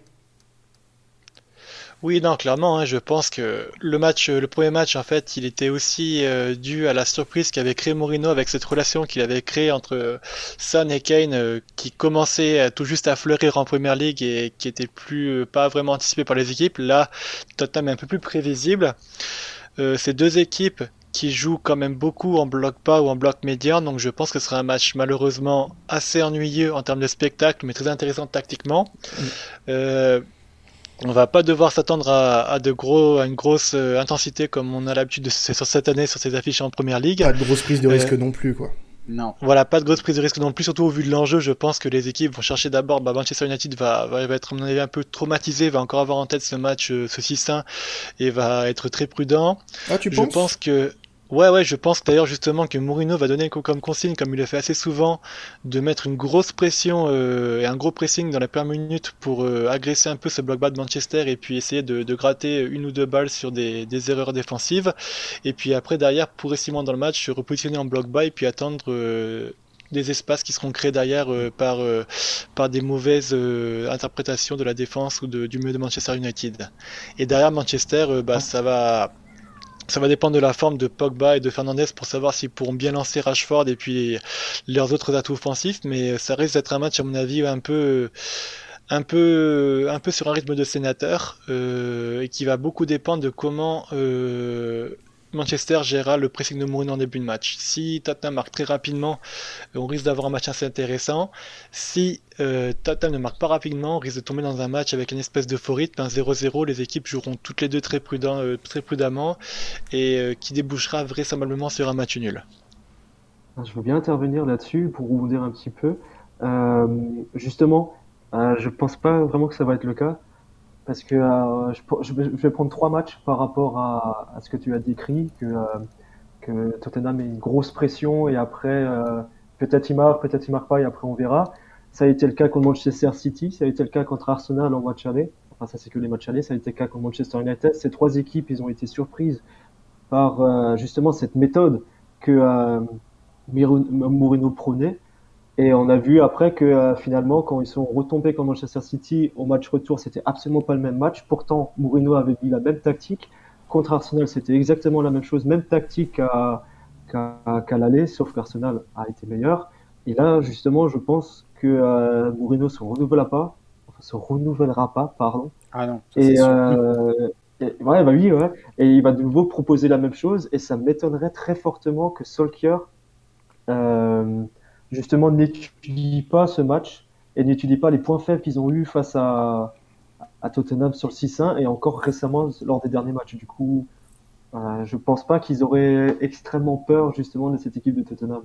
Oui, non, clairement, hein, je pense que le match, euh, le premier match, en fait, il était aussi euh, dû à la surprise qu'avait créé Mourinho avec cette relation qu'il avait créée entre euh, Son et Kane, euh, qui commençait euh, tout juste à fleurir en Première Ligue et qui était plus euh, pas vraiment anticipé par les équipes. Là, Tottenham est un peu plus prévisible. Euh, ces deux équipes qui jouent quand même beaucoup en bloc bas ou en bloc médian, donc je pense que ce sera un match malheureusement assez ennuyeux en termes de spectacle, mais très intéressant tactiquement. Euh, On va pas devoir s'attendre à, à de gros, à une grosse euh, intensité comme on a l'habitude de sur cette année sur ces affiches en Première Ligue. Pas de grosse prise de risque Euh, non plus, quoi. Non. Voilà, pas de grosse prise de risque non plus, surtout au vu de l'enjeu. Je pense que les équipes vont chercher d'abord. Bah, Manchester United va, va, va être à mon avis, un peu traumatisé, va encore avoir en tête ce match, euh, ce six un, et va être très prudent. Ah, tu Je penses pense que. Ouais, ouais, je pense d'ailleurs justement que Mourinho va donner comme consigne, comme il le fait assez souvent, de mettre une grosse pression euh, et un gros pressing dans les premières minutes pour euh, agresser un peu ce bloc bas de Manchester et puis essayer de, de gratter une ou deux balles sur des, des erreurs défensives. Et puis après, derrière, progressivement dans le match, se repositionner en bloc bas et puis attendre euh, des espaces qui seront créés derrière euh, par, euh, par des mauvaises euh, interprétations de la défense ou de, du milieu de Manchester United. Et derrière Manchester, euh, bah, ça va... Ça va dépendre de la forme de Pogba et de Fernandes pour savoir s'ils pourront bien lancer Rashford et puis leurs autres atouts offensifs, mais ça risque d'être un match à mon avis un peu un peu un peu sur un rythme de sénateur euh, et qui va beaucoup dépendre de comment euh, Manchester gérera le pressing de Mourinho en début de match. Si Tottenham marque très rapidement, on risque d'avoir un match assez intéressant. Si euh, Tottenham ne marque pas rapidement, on risque de tomber dans un match avec une espèce d'euphorie, un zéro zéro. Les équipes joueront toutes les deux très, prudent, euh, très prudemment et euh, qui débouchera vraisemblablement sur un match nul. Je veux bien intervenir là-dessus pour vous dire un petit peu. Euh, justement, euh, je pense pas vraiment que ça va être le cas. Parce que euh, je, je, vais, je vais prendre trois matchs par rapport à, à ce que tu as décrit, que, euh, que Tottenham ait une grosse pression et après euh, peut-être il marque, peut-être il marque pas et après on verra. Ça a été le cas contre Manchester City, ça a été le cas contre Arsenal en match aller. Enfin ça c'est que les matchs allés, ça a été le cas contre Manchester United. Ces trois équipes, ils ont été surprises par euh, justement cette méthode que euh, Mourinho prônait. Et on a vu après que euh, finalement, quand ils sont retombés contre Manchester City au match retour, c'était absolument pas le même match. Pourtant, Mourinho avait mis la même tactique. Contre Arsenal, c'était exactement la même chose, même tactique qu'à, qu'à, qu'à l'aller, sauf qu'Arsenal a été meilleur. Et là, justement, je pense que euh, Mourinho se renouvellera pas, enfin se renouvellera pas, pardon. Ah non. Ça, Et, c'est sûr. euh, et ouais, bah oui, ouais. Et il va de nouveau proposer la même chose. Et ça m'étonnerait très fortement que Solskjaer euh, justement n'étudie pas ce match et n'étudie pas les points faibles qu'ils ont eu face à, à Tottenham sur le six un et encore récemment lors des derniers matchs. Du coup, euh, je pense pas qu'ils auraient extrêmement peur justement de cette équipe de Tottenham.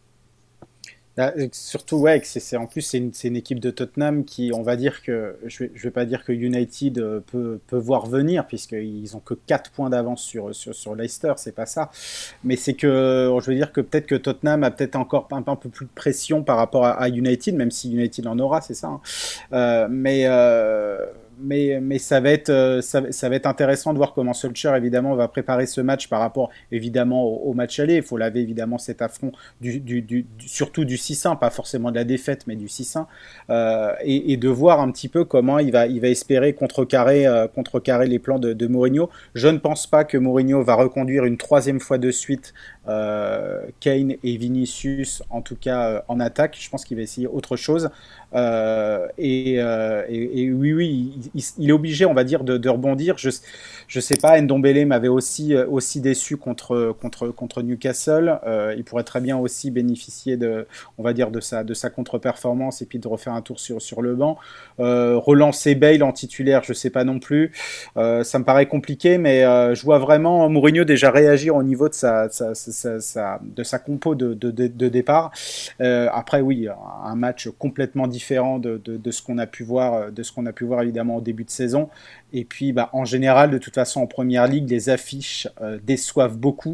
Là, surtout, ouais, que c'est, c'est, en plus, c'est une, c'est une équipe de Tottenham qui, on va dire que, je vais, je vais pas dire que United peut, peut voir venir, puisqu'ils ont que quatre points d'avance sur, sur, sur Leicester, c'est pas ça. Mais c'est que, je veux dire que peut-être que Tottenham a peut-être encore un, un peu plus de pression par rapport à, à United, même si United en aura, c'est ça. Hein. Euh, mais, euh, mais, mais ça va être, ça, ça va être intéressant de voir comment Solskjaer, évidemment, va préparer ce match par rapport, évidemment, au, au match aller. Il faut laver, évidemment, cet affront du, du, du, du surtout du six un, pas forcément de la défaite, mais du six un, euh, et, et de voir un petit peu comment il va, il va espérer contrecarrer, euh, contrecarrer les plans de, de Mourinho. Je ne pense pas que Mourinho va reconduire une troisième fois de suite euh, Kane et Vinicius, en tout cas euh, en attaque. Je pense qu'il va essayer autre chose. Euh, et, euh, et, et oui, oui, il, il est obligé, on va dire, de, de rebondir. Je, je sais pas, Ndombele m'avait aussi, aussi déçu contre, contre, contre Newcastle. Euh, il pourrait très bien aussi bénéficier de, on va dire, de sa, de sa contre-performance et puis de refaire un tour sur, sur le banc. Euh, relancer Bale en titulaire, je sais pas non plus. Euh, ça me paraît compliqué, mais euh, je vois vraiment Mourinho déjà réagir au niveau de sa, sa, sa, sa, de sa compo de, de, de, de départ. Euh, après, oui, un match complètement différent de, de, de ce qu'on a pu voir, de ce qu'on a pu voir évidemment au début de saison. Et puis, bah, en général, de toute façon, en première ligue, les affiches euh, déçoivent beaucoup.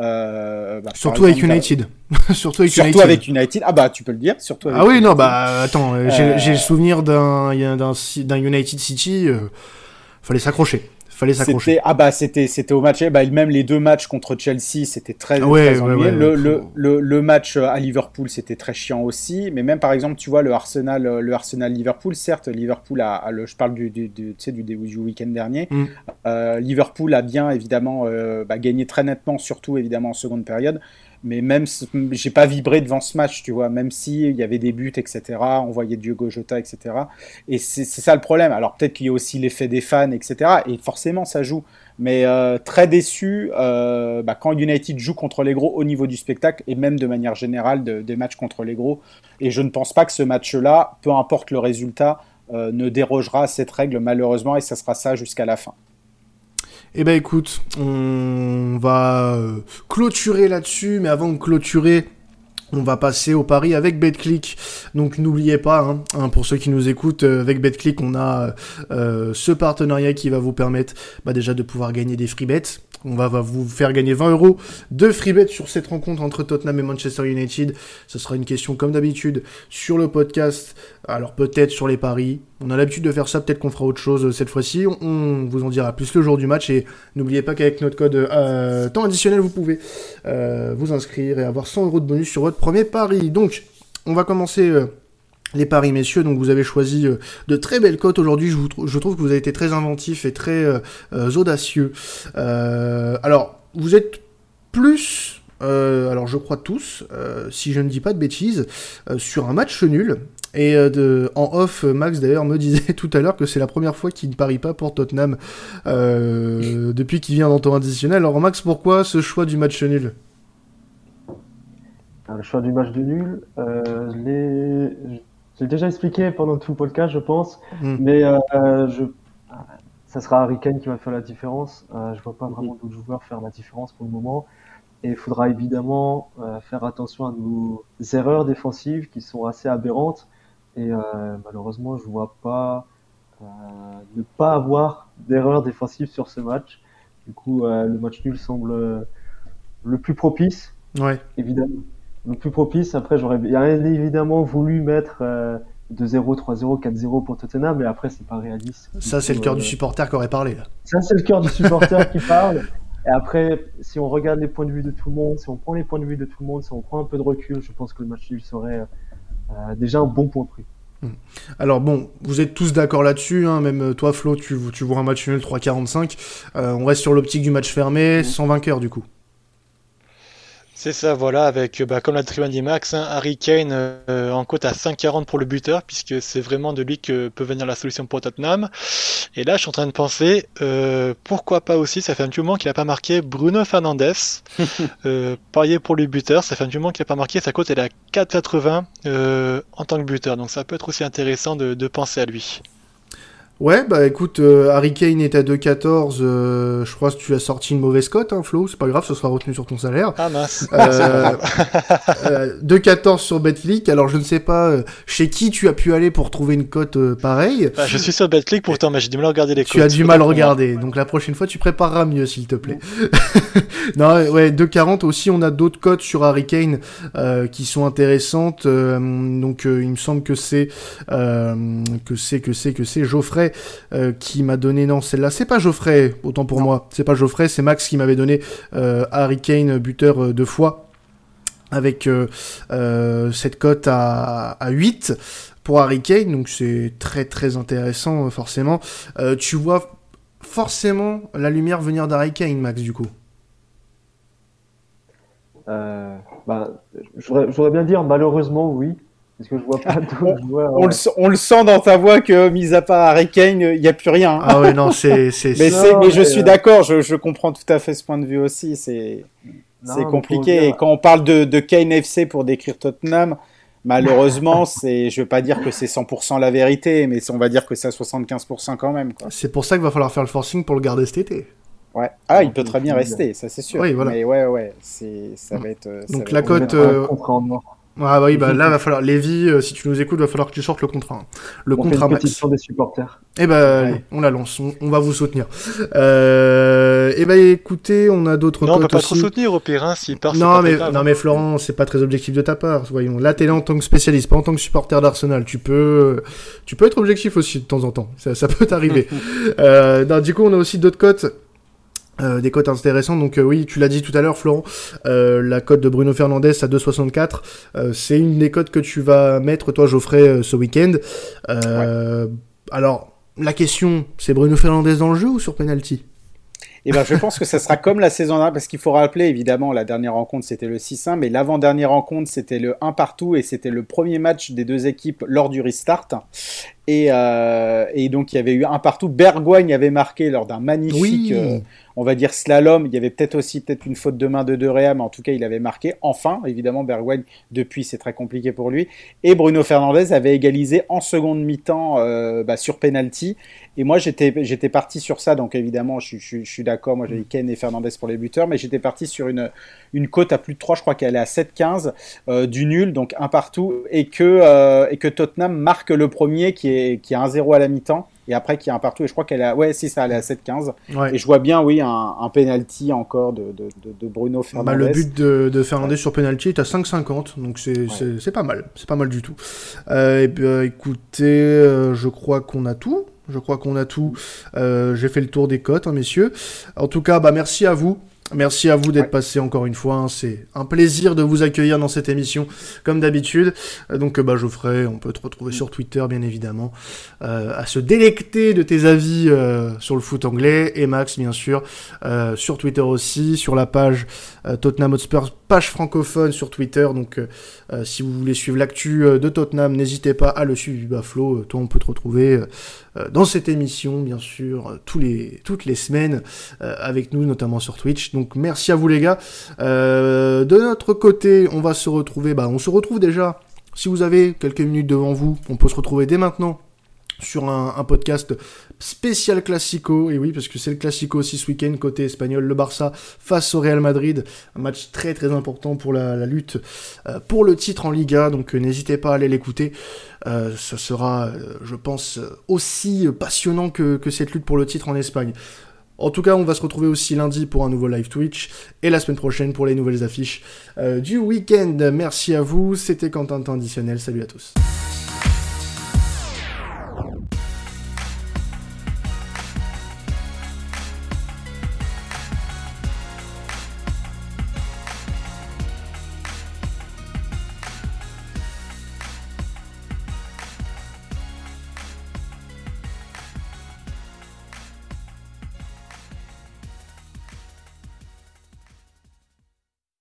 Euh, bah, surtout, exemple, avec United. surtout avec surtout United. Surtout avec United. Ah bah, tu peux le dire. Surtout avec ah oui, United. non, bah attends, euh... j'ai, j'ai le souvenir d'un, d'un, d'un United City. Euh, fallait s'accrocher. Fallait s'accrocher. C'était, ah bah c'était c'était au match, bah même les deux matchs contre Chelsea, c'était très, ouais, très ennuyeux. Ouais, ouais, le, ouais. le le le match à Liverpool, c'était très chiant aussi. Mais même par exemple, tu vois le Arsenal, le Arsenal Liverpool, certes Liverpool a, a le, je parle du du, du tu sais du, du week-end dernier. Mm. Euh, Liverpool a bien évidemment euh, bah, gagné très nettement, surtout évidemment en seconde période. Mais même, j'ai pas vibré devant ce match, tu vois, même si il y avait des buts, et cetera. On voyait Diogo Jota, et cetera. Et c'est, c'est ça le problème. Alors peut-être qu'il y a aussi l'effet des fans, et cetera. Et forcément, ça joue. Mais euh, très déçu euh, bah, quand United joue contre les gros au niveau du spectacle et même de manière générale de, des matchs contre les gros. Et je ne pense pas que ce match-là, peu importe le résultat, euh, ne dérogera à cette règle malheureusement. Et ça sera ça jusqu'à la fin. Eh ben écoute, on va clôturer là-dessus, mais avant de clôturer, On va passer au pari avec BetClick. Donc n'oubliez pas, hein, hein, pour ceux qui nous écoutent, euh, avec BetClick, on a euh, ce partenariat qui va vous permettre bah, déjà de pouvoir gagner des free bets. On va, va vous faire gagner vingt euros de free bet sur cette rencontre entre Tottenham et Manchester United. Ce sera une question comme d'habitude sur le podcast. Alors peut-être sur les paris. On a l'habitude de faire ça, peut-être qu'on fera autre chose cette fois-ci. On, on vous en dira plus le jour du match. Et n'oubliez pas qu'avec notre code euh, temps additionnel, vous pouvez euh, vous inscrire et avoir cent euros de bonus sur votre premier pari. Donc, on va commencer... Euh, les paris, messieurs. Donc vous avez choisi euh, de très belles cotes aujourd'hui. Je, vous tr- je trouve que vous avez été très inventifs et très euh, euh, audacieux. Euh, alors, vous êtes plus, euh, alors je crois tous, euh, si je ne dis pas de bêtises, euh, sur un match nul. Et euh, de, en off, Max d'ailleurs me disait tout à l'heure que c'est la première fois qu'il ne parie pas pour Tottenham euh, depuis qu'il vient dans ton additionnel. Alors Max, pourquoi ce choix du match nul ? Le choix du match de nul, euh, les... j'ai déjà expliqué pendant tout le podcast, je pense, mm. mais euh, je... ça sera Harry Kane qui va faire la différence. Euh, je vois pas vraiment d'autres joueurs faire la différence pour le moment. Et il faudra évidemment euh, faire attention à nos erreurs défensives qui sont assez aberrantes. Et euh, malheureusement, je vois pas euh, ne pas avoir d'erreurs défensives sur ce match. Du coup, euh, le match nul semble euh, le plus propice. Ouais. Évidemment. Le plus propice. Après, j'aurais bien évidemment voulu mettre euh, deux zéro, trois zéro, quatre zéro pour Tottenham, mais après, c'est pas réaliste. Ça, c'est coup, le cœur euh... du supporter qui aurait parlé, là. Ça, c'est le cœur du supporter qui parle. Et après, si on regarde les points de vue de tout le monde, si on prend les points de vue de tout le monde, si on prend un peu de recul, je pense que le match nul serait euh, déjà un bon point pris. Alors bon, vous êtes tous d'accord là-dessus, hein, même toi Flo, tu, tu vois un match nul trois quarante-cinq. Euh, on reste sur l'optique du match fermé, mmh. sans vainqueur du coup. C'est ça, voilà, avec, bah, comme l'a très bien dit Max, hein, Harry Kane euh, en cote à cinq quarante pour le buteur, puisque c'est vraiment de lui que peut venir la solution pour Tottenham. Et là, je suis en train de penser, euh, pourquoi pas aussi, ça fait un petit moment qu'il n'a pas marqué Bruno Fernandes, euh, parier pour le buteur, ça fait un petit moment qu'il n'a pas marqué, sa cote est à quatre quatre-vingts euh, en tant que buteur, donc ça peut être aussi intéressant de, de penser à lui. Ouais, bah écoute, euh, Harry Kane est à deux quatorze, euh, je crois que tu as sorti une mauvaise cote, hein, Flo, c'est pas grave, ce sera retenu sur ton salaire. Ah mince. Euh, euh, deux quatorze sur Betclic, alors je ne sais pas euh, chez qui tu as pu aller pour trouver une cote euh, pareille. Bah, je suis sur Betclic pourtant, mais j'ai du mal à regarder les cotes. Tu as du mal à regarder, donc la prochaine fois tu prépareras mieux s'il te plaît. Non, ouais, deux quarante aussi, on a d'autres cotes sur Harry Kane euh, qui sont intéressantes, euh, donc euh, il me semble que c'est, euh, que c'est, que c'est, que c'est Geoffrey Euh, qui m'a donné, non celle-là c'est pas Geoffrey, autant pour non. moi c'est pas Geoffrey, c'est Max qui m'avait donné euh, Harry Kane buteur euh, deux fois avec euh, euh, cette cote à, à huit pour Harry Kane, donc c'est très très intéressant euh, forcément. Euh, tu vois forcément la lumière venir d'Harry Kane, Max, du coup. euh, bah, j'aurais, j'aurais bien dire malheureusement oui. Parce que je vois pas d'autres joueurs. On, ouais. le, on le sent dans ta voix que, mis à part Harry Kane, il n'y a plus rien. Hein. Ah ouais, non, c'est... c'est mais, non, c'est, mais mais je euh... suis d'accord, je, je comprends tout à fait ce point de vue aussi. C'est, non, c'est compliqué. Et quand on parle de, de Kane F C pour décrire Tottenham, malheureusement, c'est, je ne veux pas dire que c'est cent pour cent la vérité, mais on va dire que c'est à soixante-quinze pour cent quand même. Quoi. C'est pour ça qu'il va falloir faire le forcing pour le garder cet été. Ouais. Ah, il peut très bien rester, ça c'est sûr. Oui, voilà. Mais ouais, ouais, c'est, ça va être... Ça Donc va la être... cote... Euh... Ah oui, bah là, va falloir... Lévi, euh, si tu nous écoutes, va falloir que tu sortes le contrat. Hein. Le on contrat fait une Max. pétition des supporters. Eh ben, ouais. Allez, on la lance. On, on va vous soutenir. Euh... Eh ben, écoutez, on a d'autres non, cotes on peut pas aussi. trop soutenir au pire, hein, s'il part. Non, mais, non, mais Florent, c'est pas très objectif de ta part. Voyons. Là, t'es là en tant que spécialiste, pas en tant que supporter d'Arsenal. Tu peux, tu peux être objectif aussi de temps en temps. Ça, ça peut t'arriver. euh, non, du coup, on a aussi d'autres cotes. Euh, des cotes intéressantes, donc euh, oui, tu l'as dit tout à l'heure, Florent, euh, la cote de Bruno Fernandes à deux soixante-quatre, euh, c'est une des cotes que tu vas mettre, toi, Geoffrey, euh, ce week-end. Euh, ouais. Alors, la question, c'est Bruno Fernandes dans le jeu ou sur penalty ? Eh ben, je pense que ça sera comme la saison dernière, parce qu'il faut rappeler, évidemment, la dernière rencontre, c'était le six un, mais l'avant-dernière rencontre, c'était le un partout, et c'était le premier match des deux équipes lors du restart. Et, euh, et donc il y avait eu un partout. Bergwijn avait marqué lors d'un magnifique, oui. euh, on va dire slalom. Il y avait peut-être aussi peut-être une faute de main de De Gea, mais en tout cas il avait marqué. Enfin, évidemment Bergwijn depuis c'est très compliqué pour lui. Et Bruno Fernandes avait égalisé en seconde mi-temps euh, bah, sur penalty. Et moi j'étais j'étais parti sur ça. Donc évidemment je, je, je suis d'accord. Moi j'avais Kane et Fernandes pour les buteurs, mais j'étais parti sur une une cote à plus de trois. Je crois qu'elle est à sept quinze euh, du nul, donc un partout, et que euh, et que Tottenham marque le premier qui est qui a un zéro à la mi-temps et après qui a un partout, et je crois qu'elle a ouais si ça elle est à sept quinze, ouais. Et je vois bien oui un, un penalty encore de, de, de, de Bruno Fernandes. Bah, le but de, de Fernandes ouais. sur penalty est à cinq cinquante, donc c'est, ouais. c'est, c'est pas mal, c'est pas mal du tout. Euh, et bien écoutez, euh, je crois qu'on a tout. Je crois qu'on a tout. Euh, j'ai fait le tour des cotes, hein, messieurs. En tout cas, bah merci à vous. Merci à vous d'être ouais. passé encore une fois. Hein. C'est un plaisir de vous accueillir dans cette émission, comme d'habitude. Donc, bah, Geoffrey, on peut te retrouver sur Twitter, bien évidemment, euh, à se délecter de tes avis euh, sur le foot anglais. Et Max, bien sûr, euh, sur Twitter aussi, sur la page euh, Tottenham Hotspur, page francophone sur Twitter. Donc, euh, si vous voulez suivre l'actu de Tottenham, n'hésitez pas à le suivre. Bah, Flo, toi, on peut te retrouver euh, dans cette émission, bien sûr, tous les, toutes les semaines, euh, avec nous, notamment sur Twitch. Donc, Donc merci à vous les gars. Euh, de notre côté, on va se retrouver. Bah, on se retrouve déjà. Si vous avez quelques minutes devant vous, on peut se retrouver dès maintenant sur un, un podcast spécial Classico. Et oui, parce que c'est le Classico aussi ce week-end côté espagnol. Le Barça face au Real Madrid, un match très très important pour la, la lutte euh, pour le titre en Liga. Donc euh, n'hésitez pas à aller l'écouter. Euh, ça sera, euh, je pense, aussi passionnant que, que cette lutte pour le titre en Espagne. En tout cas, on va se retrouver aussi lundi pour un nouveau live Twitch et la semaine prochaine pour les nouvelles affiches euh, du week-end. Merci à vous, c'était Quentin Temps Additionnel, salut à tous.